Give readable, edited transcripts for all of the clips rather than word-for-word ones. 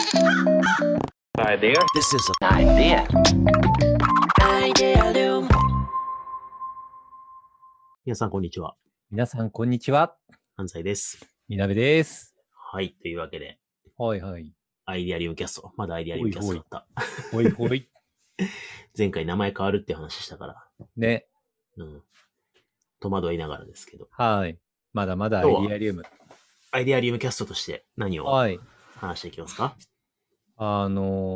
Idea. This is an idea. Idealum. 皆さん、こんにちは。 皆さん、こんにちは。 安西です。 みなべです。 はい。というわけで、 はいはい。 アイデアリウムキャスト。まだアイデアリウムキャストだった。 ほいほい。 前回名前変わるって話したから。 ね。 戸惑いながらですけど。 はい。まだまだアイデアリウム。 アイデアリウムキャストとして何をはい。 話していきますか？ マ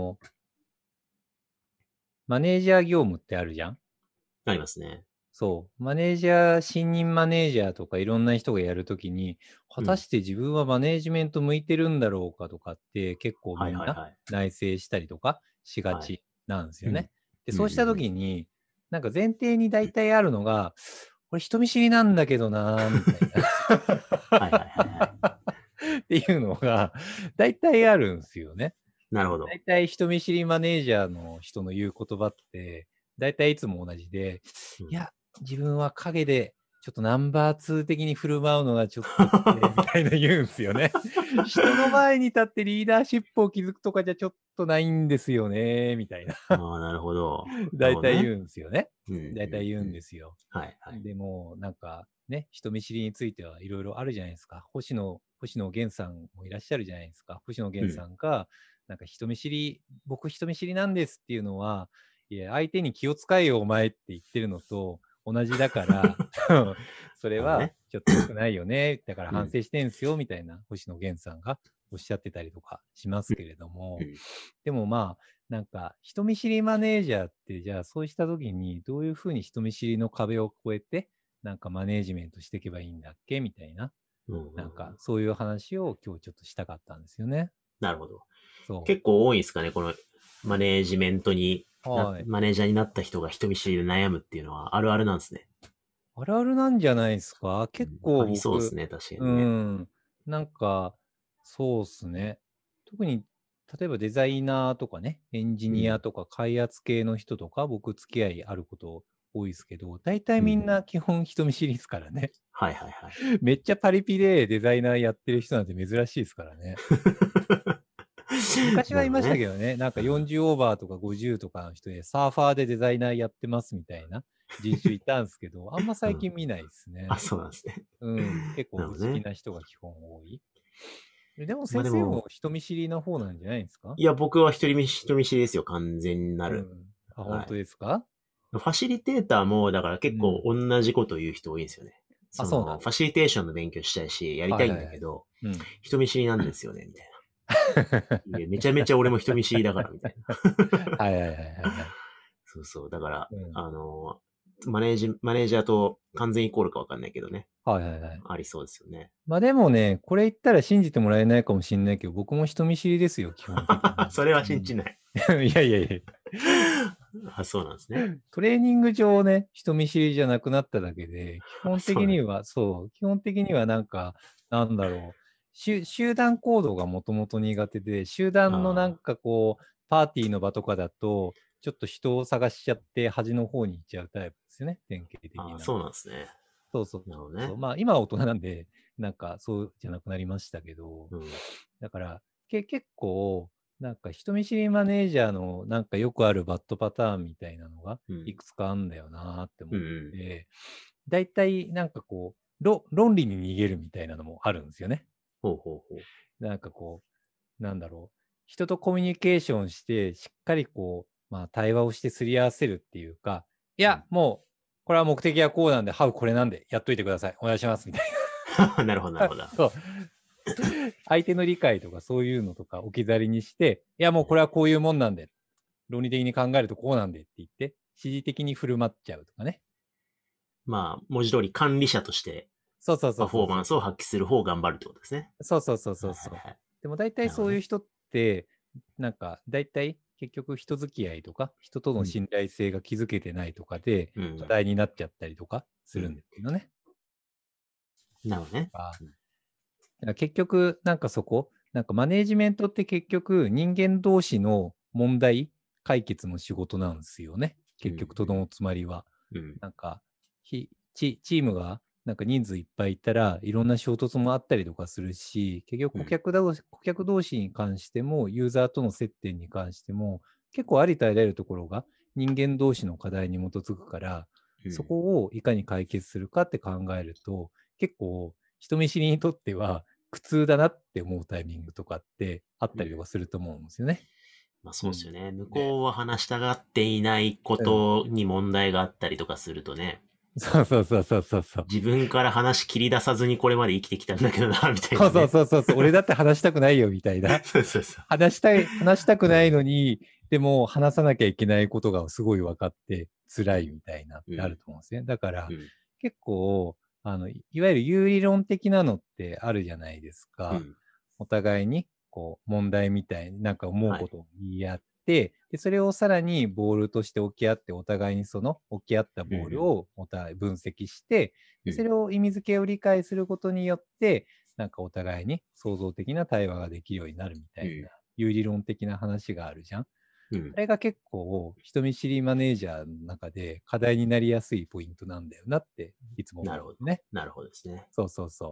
ネージャー業務ってあるじゃん？ ありますね。 そう。マネージャー、新任マネージャーとかいろんな人がやるときに、果たして自分はマネージメント向いてるんだろうかとかって結構みんな内省したりとかしがちなんですよね。で、そうしたときに、なんか前提に大体あるのが、これ人見知りなんだけどなーみたいな。っていうのが大体あるんですよね。 なるほど。 大体人見知りマネージャーの人の言う言葉って、大体いつも同じで、いや、自分は陰でちょっとナンバー2的に振る舞うのがちょっとみたいな言うんですよね。人の前に立ってリーダーシップを築くとかじゃちょっとないんですよね、みたいな。 ああ、なるほど。 大体言うんですよね。 大大体言うんですよ。 はいはい。 でも、なんかね、人見知りについてはいろいろあるじゃないですか。星野源さんもいらっしゃるじゃないですか。星野源さんが、なんか僕人見知りなんですっていうのは、いや、相手に気を使えよお前って言ってるのと同じだから、それはちょっと良くないよね。だから反省してんすよ、みたいな星野源さんがおっしゃってたりとかしますけれども、でもまあ、なんか人見知りマネージャーって、じゃあそうした時にどういうふうに人見知りの壁を越えて、なんかマネージメントしていけばいいんだっけみたいな、なんかそういう話を今日ちょっとしたかったんですよね。 なるほど。 そう結構多いんですかね、このマネージメントに、マネージャーになった人が人見知りで悩むっていうのはあるあるなんですね。 あるあるなんじゃないですか？結構ありそうですね、確かにね。 なんか、そうですね。特に、例えばデザイナーとかね、エンジニアとか開発系の人とか、僕付き合いあること多いですけど、大体みんな基本人見知りですからね。 はいはいはい。 めっちゃパリピでデザイナーやってる人なんて珍しいですからね。昔はいましたけどね、なんか40オーバーとか50とかの人でサーファーでデザイナーやってますみたいな人種いたんですけど、あんま最近見ないですね。 あ、そうなんですね。 結構内気な人が基本多い。でも先生も人見知りな方なんじゃないですか？ いや、僕は人見知りですよ、完全なる。 あ、本当ですか？ ファシリテーターも、だから結構同じこと言う人多いんですよね。 あ、そうなんだ。 ファシリテーションの勉強したいし、やりたいんだけど、人見知りなんですよね、みたいな。いやめちゃめちゃ俺も人見知りだから、みたいな。 はいはいはいはい。 そうそう。だから、マネージャーと完全イコールかわかんないけどね。 はいはいはい。 ありそうですよね。 まあでもね、これ言ったら信じてもらえないかもしれないけど、僕も人見知りですよ、基本的に。 それは信じない。 いやいやいや。 あ、そうなんですね。 トレーニング上ね、人見知りじゃなくなっただけで、基本的には、基本的にはなんか、なんだろう、集団行動がもともと苦手で、集団のなんかこう、パーティーの場とかだと、ちょっと人を探しちゃって端の方に行っちゃうタイプですよね、典型的な。 そうなんですね。 そうそう。 なるほどね。 まあ今は大人なんで、なんかそうじゃなくなりましたけど、だから結構、なんか人見知りマネージャーのなんかよくあるバッドパターンみたいなのがいくつかあるんだよなって思って、だいたいなんかこう、論理に逃げるみたいなのもあるんですよね。なんかこう、なんだろう。人とコミュニケーションして、しっかりこう、まあ対話をしてすり合わせるっていうか、いや、もう、これは目的はこうなんで、ハウこれなんで、やっといてください。お願いします。みたいな。なるほど、なるほど。 そう。相手の理解とかそういうのとか置き去りにして、いやもうこれはこういうもんなんで、論理的に考えるとこうなんでって言って、指示的に振る舞っちゃうとかね。 まあ、文字通り管理者として、パフォーマンスを発揮する方を頑張るってことですね。 そう。でも大体そういう人って、なんか大体結局人付き合いとか、人との信頼性が築けてないとかで、課題になっちゃったりとかするんですけどね。 なるほどね。 結局、なんかそこ、なんかマネージメントって結局人間同士の問題解決の仕事なんですよね。結局とどのつまりは。なんかチームがなんか人数いっぱいいたらいろんな衝突もあったりとかするし、結局顧客同士に関してもユーザーとの接点に関しても結構ありとあらゆるところが人間同士の課題に基づくから、そこをいかに解決するかって考えると、結構人見知りにとっては苦痛だなって思うタイミングとかってあったりとかすると思うんですよね。 まあそうですよね。向こうは話したがっていないことに問題があったりとかするとね。 そうそうそうそうそうそう。 自分から話切り出さずにこれまで生きてきたんだけどな、みたいな、ね。 そうそうそうそう。俺だって話したくないよ、みたいな。 そうそうそう。 話したくないのに、でも話さなきゃいけないことがすごい分かって辛いみたいなってあると思うんですね。だから、結構、いわゆる有理論的なのってあるじゃないですか。お互いに、こう、問題みたいになんか思うことを言い合って、で、それをさらにボールとして置き合って、お互いにその置き合ったボールをお互い分析して、それを意味付けを理解することによって、なんかお互いに創造的な対話ができるようになるみたいな、有理論的な話があるじゃん。あれが結構人見知りマネージャーの中で課題になりやすいポイントなんだよなっていつも思うんですね。 なるほどですね。 そうそうそう。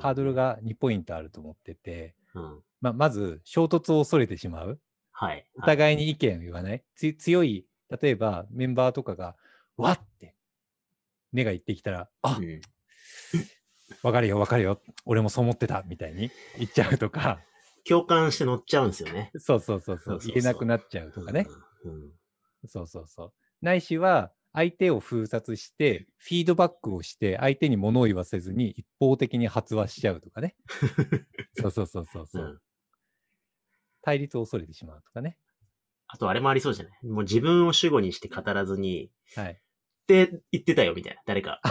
ハードルが2ポイントあると思ってて、まず衝突を恐れてしまう。お互いに意見を言わない。強い、例えばメンバーとかが、わって目が言ってきたら、あ、わかるよ、わかるよ。俺もそう思ってた、みたいに言っちゃうとか。 共感して乗っちゃうんですよね。 そうそうそうそう。言えなくなっちゃうとかね。そうそうそう。ないしは、相手を封殺して、フィードバックをして、相手に物を言わせずに一方的に発話しちゃうとかね。そうそうそうそうそう。対立を恐れてしまうとかね。 あとあれもありそうじゃない？もう自分を主語にして語らずに、 はい。 って言ってたよ、みたいな。誰か。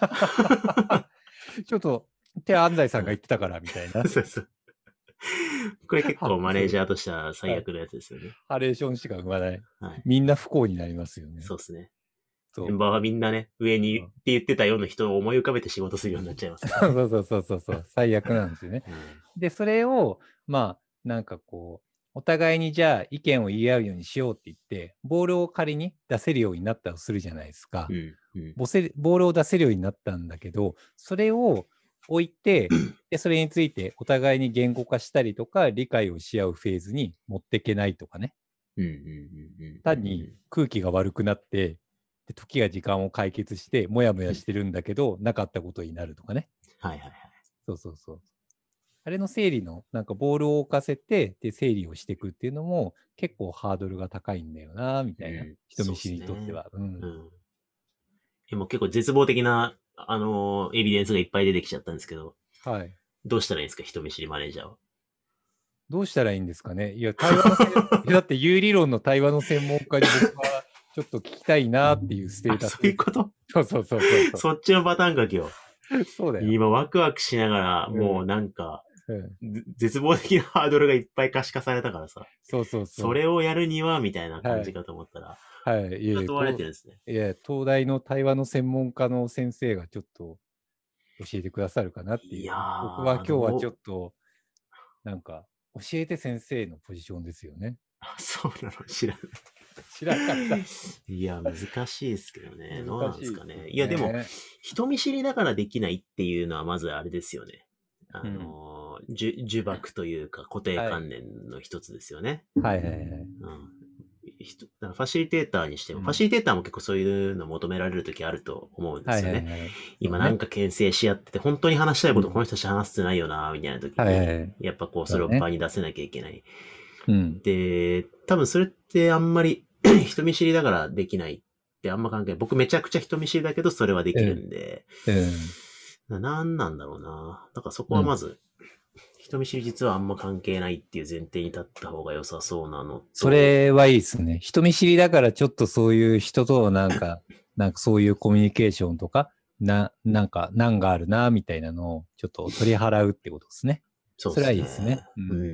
ちょっと、手安西さんが言ってたから、みたいな。 そうそう。これ結構マネージャーとしては最悪のやつですよね。 ハレーションしか生まない。みんな不幸になりますよね。 そうですね。メンバーはみんなね、上にって言ってたような人を思い浮かべて仕事するようになっちゃいます、ね。 そうそうそうそうそう。最悪なんですよね。で、それを、まあ、なんかこう、お互いにじゃあ意見を言い合うようにしようって言って、ボールを仮に出せるようになったとするじゃないですか。ボールを出せるようになったんだけど、それを置いて、で、それについてお互いに言語化したりとか、理解をし合うフェーズに持っていけないとかね。単に空気が悪くなって、で時が時間を解決して、もやもやしてるんだけど、なかったことになるとかね。そうそうそう。あれの整理の、なんかボールを置かせて、で、整理をしていくっていうのも、結構ハードルが高いんだよな、みたいな。人見知りにとっては。 もう結構絶望的な、エビデンスがいっぱい出てきちゃったんですけど。 はい。 どうしたらいいんですか、人見知りマネージャーは。 どうしたらいいんですかね。いや、対話のだって有理論の対話の専門家に僕はちょっと聞きたいなっていうステータス。 そういうこと？ そうそうそうそう。 そっちのパターンか、今日。 そうだよ。 今ワクワクしながら、もうなんか、絶望的なハードルがいっぱい可視化されたからさ。 そうそうそう。 それをやるには、みたいな感じかと思ったら。 はい。いや、 問われてるんですね。 いや、東大の対話の専門家の先生がちょっと教えてくださるかなっていう。 いや僕は今日はちょっと、なんか、教えて先生のポジションですよね。 そうなの？知らない。 知らなかった。 いや、難しいですけどね。どうなんですかね。いや、でも、人見知りだからできないっていうのは、まずあれですよね。呪縛というか固定観念の一つですよね。 はいはいはい。 ファシリテーターにしても、ファシリテーターも結構そういうの求められるときあると思うんですよね。今なんか牽制し合ってて、本当に話したいことこの人たち話してないよな、みたいなときに、やっぱこうそれを場に出せなきゃいけない。で、多分それってあんまり人見知りだからできないってあんま関係ない。僕めちゃくちゃ人見知りだけどそれはできるんで、なんなんだろうな。だからそこはまず、人見知り実はあんま関係ないっていう前提に立った方が良さそうなのと。 それはいいですね。人見知りだからちょっとそういう人となんかそういうコミュニケーションとか、なんか難があるな、みたいなのをちょっと取り払うってことですね。 そうですね。 それはいいですね。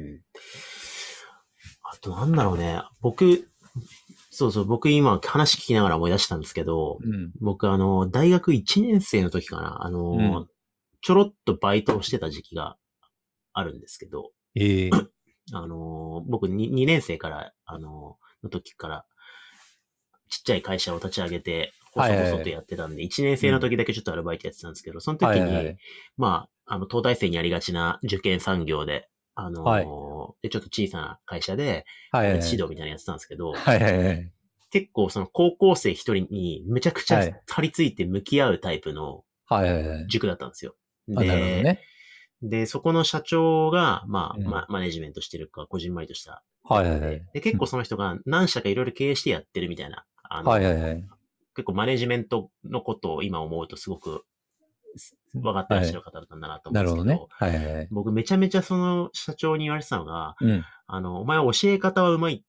あとなんだろうね。僕今話聞きながら思い出したんですけど、僕大学1年生の時かな、ちょろっとバイトをしてた時期があるんですけど、僕2年生から、の時から、 ちっちゃい会社を立ち上げて、細はいはいはい。 々とやってたんで、1年生の時だけちょっとアルバイトやってたんですけど、その時に、 はいはいはい。 まあ、東大生にありがちな受験産業で、 はい。 で、ちょっと小さな会社で、個別はいはいはい。 指導みたいなのやってたんですけど、 はいはいはい。 結構その高校生一人にめちゃくちゃはい。 張り付いて向き合うタイプのはいはいはい。 塾だったんですよ。 あ、なるほどで、 ね。 そこの社長が、 うん。 マネジメントしてるか、こじんまりとしたやはいはいはい。 つで、で、結構うん。 その人が何社かいろいろ経営してやってるみたいな、 はいはいはい。 結構マネジメントのことを今思うとすごく分かってらっはい。 しゃる方だったんだなと思うんなるほどね。 ですけど、 はいはいはい。 僕めちゃめちゃその社長に言われてたのが、 うん。 お前は教え方はうまいって、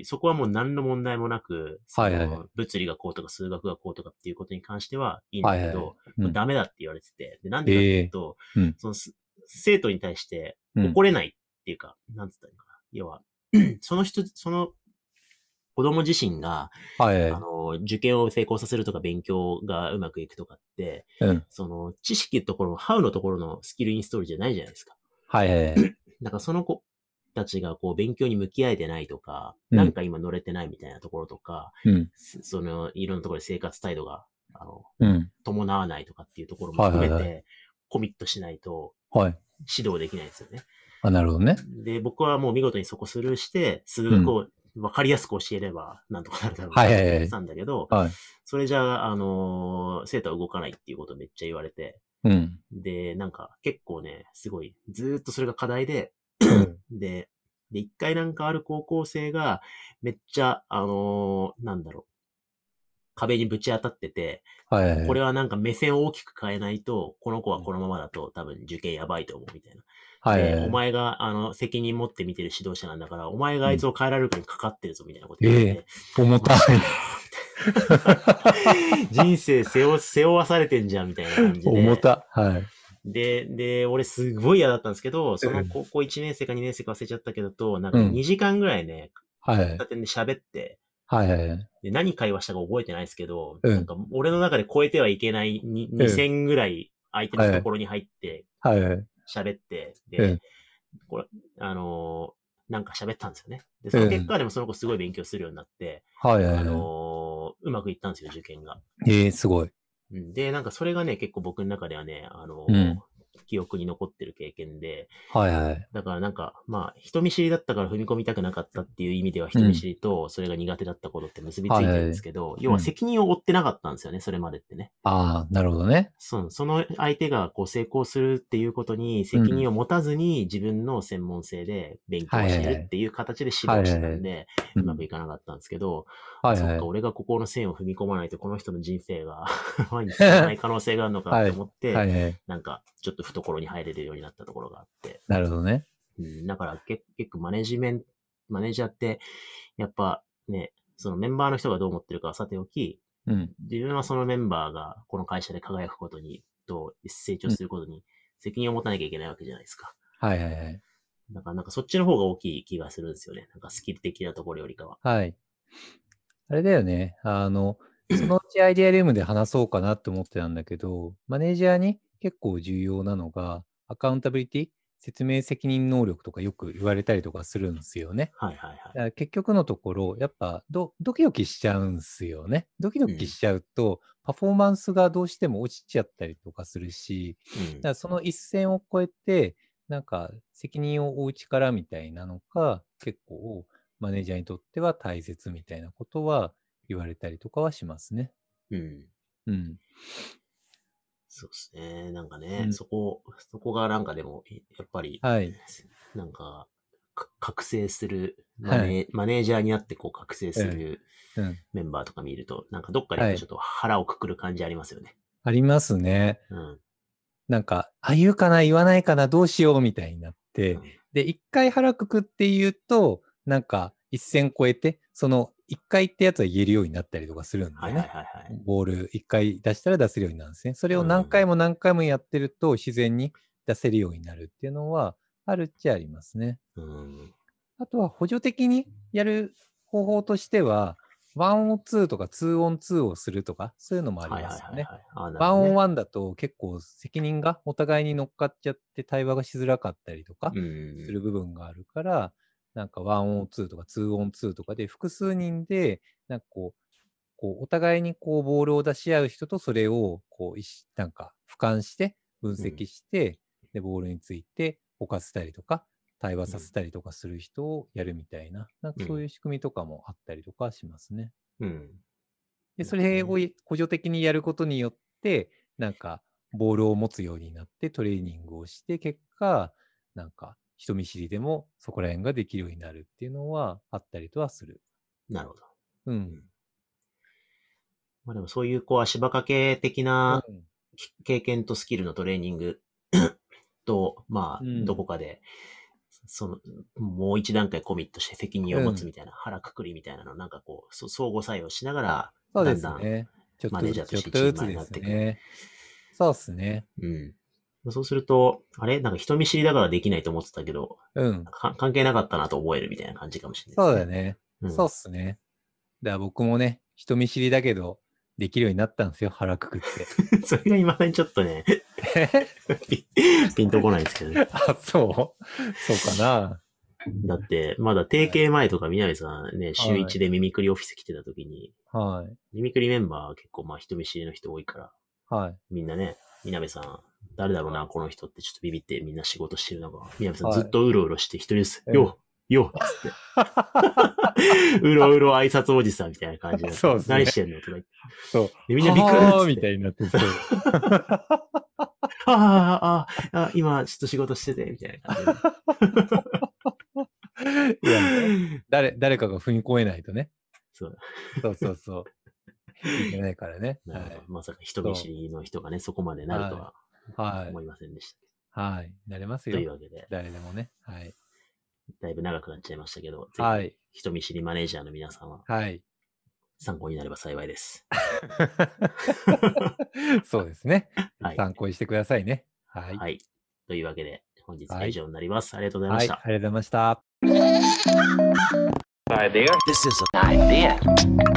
そこはもう何の問題もなく、 はいはいはい。 物理がこうとか数学がこうとかっていうことに関してはいいんはいはいはい。 だけど、 うん。 ダメだって言われてて、で、なんでかってええ。 いうと、 うん。 その生徒に対してうん。 怒れないっていうか、なんつったらいいのかな。要は、その子供自身が、 はいはい。 受験を成功させるとか勉強がうまくいくとかって、 うん。 その知識のところ、ハウのところのスキルインストールじゃないじゃないですか。 はいはいはい。 だからその子たちがこう勉強に向き合えてないとか、 うん。 なんか今乗れてないみたいなところとか、 うん。 いろんなところで生活態度が、 うん。 伴わないとかっていうところもはいはいはい。 含めて、コミットしないとはい。 指導できないんですよね。 あ、なるほどね。 で、僕はもう見事にそこスルーして、数うん。 学を分かりやすく教えれば、なんとかなるだろうはいなはいはい。 と思ってやってたんだけど、 はい。 それじゃあ、生徒は動かないっていうことをめっちゃ言われて、 うん。 で、なんか結構ね、すごい、ずーっとそれが課題で、 うん。 で、一回なんかある高校生が、めっちゃ、なんだろう、壁にぶち当たってて、 はいはいはい。 これはなんか目線を大きく変えないと、この子はこのままだと多分受験やばいと思うみたいな。で、おはいはいはい。 前が責任持って見てる指導者なんだから、お前があいうん。 つを変えられるかにかかってるぞみたいなこと言われええ、 て、マジかよ。 重たい。 人生背負わされてんじゃんみたいな感じで、 重た。はい。 俺すごい嫌だったんですけど、そのうん。 高校1年生か2年生か忘れちゃったけどなんかね、 うん。 2時間ぐらいね、 はい。 交差点で喋って、 はいはいはい。 で、何会話したか覚えてないですけど、 うん。 なんか俺の中で超えてはいけないうん。 2000ぐらい相手のはい。 懐に入ってはいはい。 喋って、で、 うん。 これ、なんか喋ったんですよね。で、そうん。 の結果でもその子すごい勉強するようになって、 はいはいはい。 うまくいったんですよ、受験が。 ええ、すごい。 で、なんかそれがね、結構僕の中ではね、 うん。 記憶に残ってる経験で、 はいはい。 だからなんか、まあ、人見知りだったから踏み込みたくなかったっていう意味では人見知うん。 りとそれが苦手だったことって結びついてるんはいはい。 ですけど、要はうん。 責任を負ってなかったんですよね、それまでってね。 ああ、なるほどね。 その相手がこう成功するっていうことにうん。 責任を持たずに自分の専門性で勉強をはいはいはい。 教えるっていう形で指導してはいはいはい。 たんで、うまくうん。 いかなかったんですけど、あ、そっか、 はいはい。 俺がここの線を踏み込まないとこの人の人生が前に進まない可能性があるのかってはい。 思って、 はいはい。 なんかちょっと懐に入れるようになったところがあって、 なるほどね。 だから結構マネージャーって、やっぱね、そのメンバーの人がどう思ってるかはさておき、 うん。 自分はそのメンバーがこの会社で輝くことに、成長うん。 することに責任を持たなきゃいけないわけじゃないですか。 はいはいはい。 だからなんかそっちの方が大きい気がするんですよね。なんかスキル的なところよりかは。 はい。あれだよね。そのうちアイデアルームで話そうかなって思ってたんだけど、マネージャーに結構重要なのが、アカウンタビリティ、説明責任能力とかよく言われたりとかするんですよね。 はいはいはい。 だから結局のところ、やっぱドキドキしちゃうんすよね。ドキドうん。 キしちゃうと、パフォーマンスがどうしても落ちちゃったりとかするし、 うん。 だからその一線を越えて、なんか責任を負う力みたいなのが結構マネージャーにとっては大切みたいなことは言われたりとかはしますね。 うん。 うん。 そうですね。なんかね、 うん。 そこがなんかでも、やっぱり、 はい。 なんか、覚醒する、 はい。 マネージャーになってこう覚醒うん。 するうん。 メンバーとか見ると、なんかどっかでやっはい。 ぱちょっと腹をくくる感じありますよね。 ありますね。 うん。 なんか、あ、言うかな、言わないかな、どうしようみたいになって、 うん。 で、一回腹くくって言うと、なんか、一線越えて、その、一回ってやつは言えるようになったりとかするんはいはいでね。 はいはい。 ボール一回出したら出せるようになるんですね。それを何うん。 回も何回もやってると、自然に出せるようになるっていうのは、あるっちゃありますね。 うん。 あとは補助的にやる方法としては、ワンオンツーとかツーオンツーをするとか、そういうのもありはいますよね。 はいはいはい。ああ、なるワほどね。 ンオンワンだと結構責任がお互いに乗っかっちゃって対話がしづらかったりとかうん。 する部分があるから、なんかワンオンツーとかツーオンツーとかで複数人で、なんかこう、 こうお互いにこうボールを出し合う人と、それをこうなんか俯瞰して分析して、でボールについて置かせたりとか対話させたりとかする人をやるみたいな、なんかそういう仕組みとかもあったりとかしますね。でそれを補助的にやることによって、なんかボールを持つようになってトレーニングをして、結果なんか人見知りでもそこら辺ができるようになるっていうのはあったりとはする。 なるほど。 まあでもそういうこう足場掛け的な経験とスキルのトレーニングと、まあ、どこかで、もう一段階コミットして責任を持つみたいな、腹くくりみたいなの、なんかこう、相互作用しながら、だんだんマネージャーとしてチームになっていく。 そうですね。 そうすると、あれなんか人見知りだからできないと思ってたけど、関係なかったなと思えるみたいな感じかもしれないですね。 そうだね。そうっすね。だから僕もね、人見知りだけど、できるようになったんですよ、腹くくって。 それが未だにちょっとね、ピンとこないんですけどね。 あ、そうかな。 だって、まだ提携前とか南さんね、週1でミミクリオフィス来てた時に、ミミクリメンバーは結構まあ人見知りの人多いから、みんなね、南さん、誰だろうな、この人ってちょっとビビってみんな仕事してる中、南さんずっとうろうろして一人です。よっつって。うろうろ挨拶おじさんみたいな感じで。そうですね。何してんのとか言って。 そう。 みんなびっくりっつって。 みたいになってそう。 今ちょっと仕事してて、みたいな感じで。 いや、誰かが踏み越えないとね。そう。いけないからね。 まさか人見知りの人がね、そこまでなるとは思いませんでした。 なれますよ。 というわけで。 誰でもね。 だいぶ長くなっちゃいましたけど、ぜひ人見知りマネージャーの皆さんは、参考になれば幸いです。 そうですね。参考にしてくださいね。 はい。というわけで、本日は以上になります。ありがとうございました。 ありがとうございました。 This is an idea.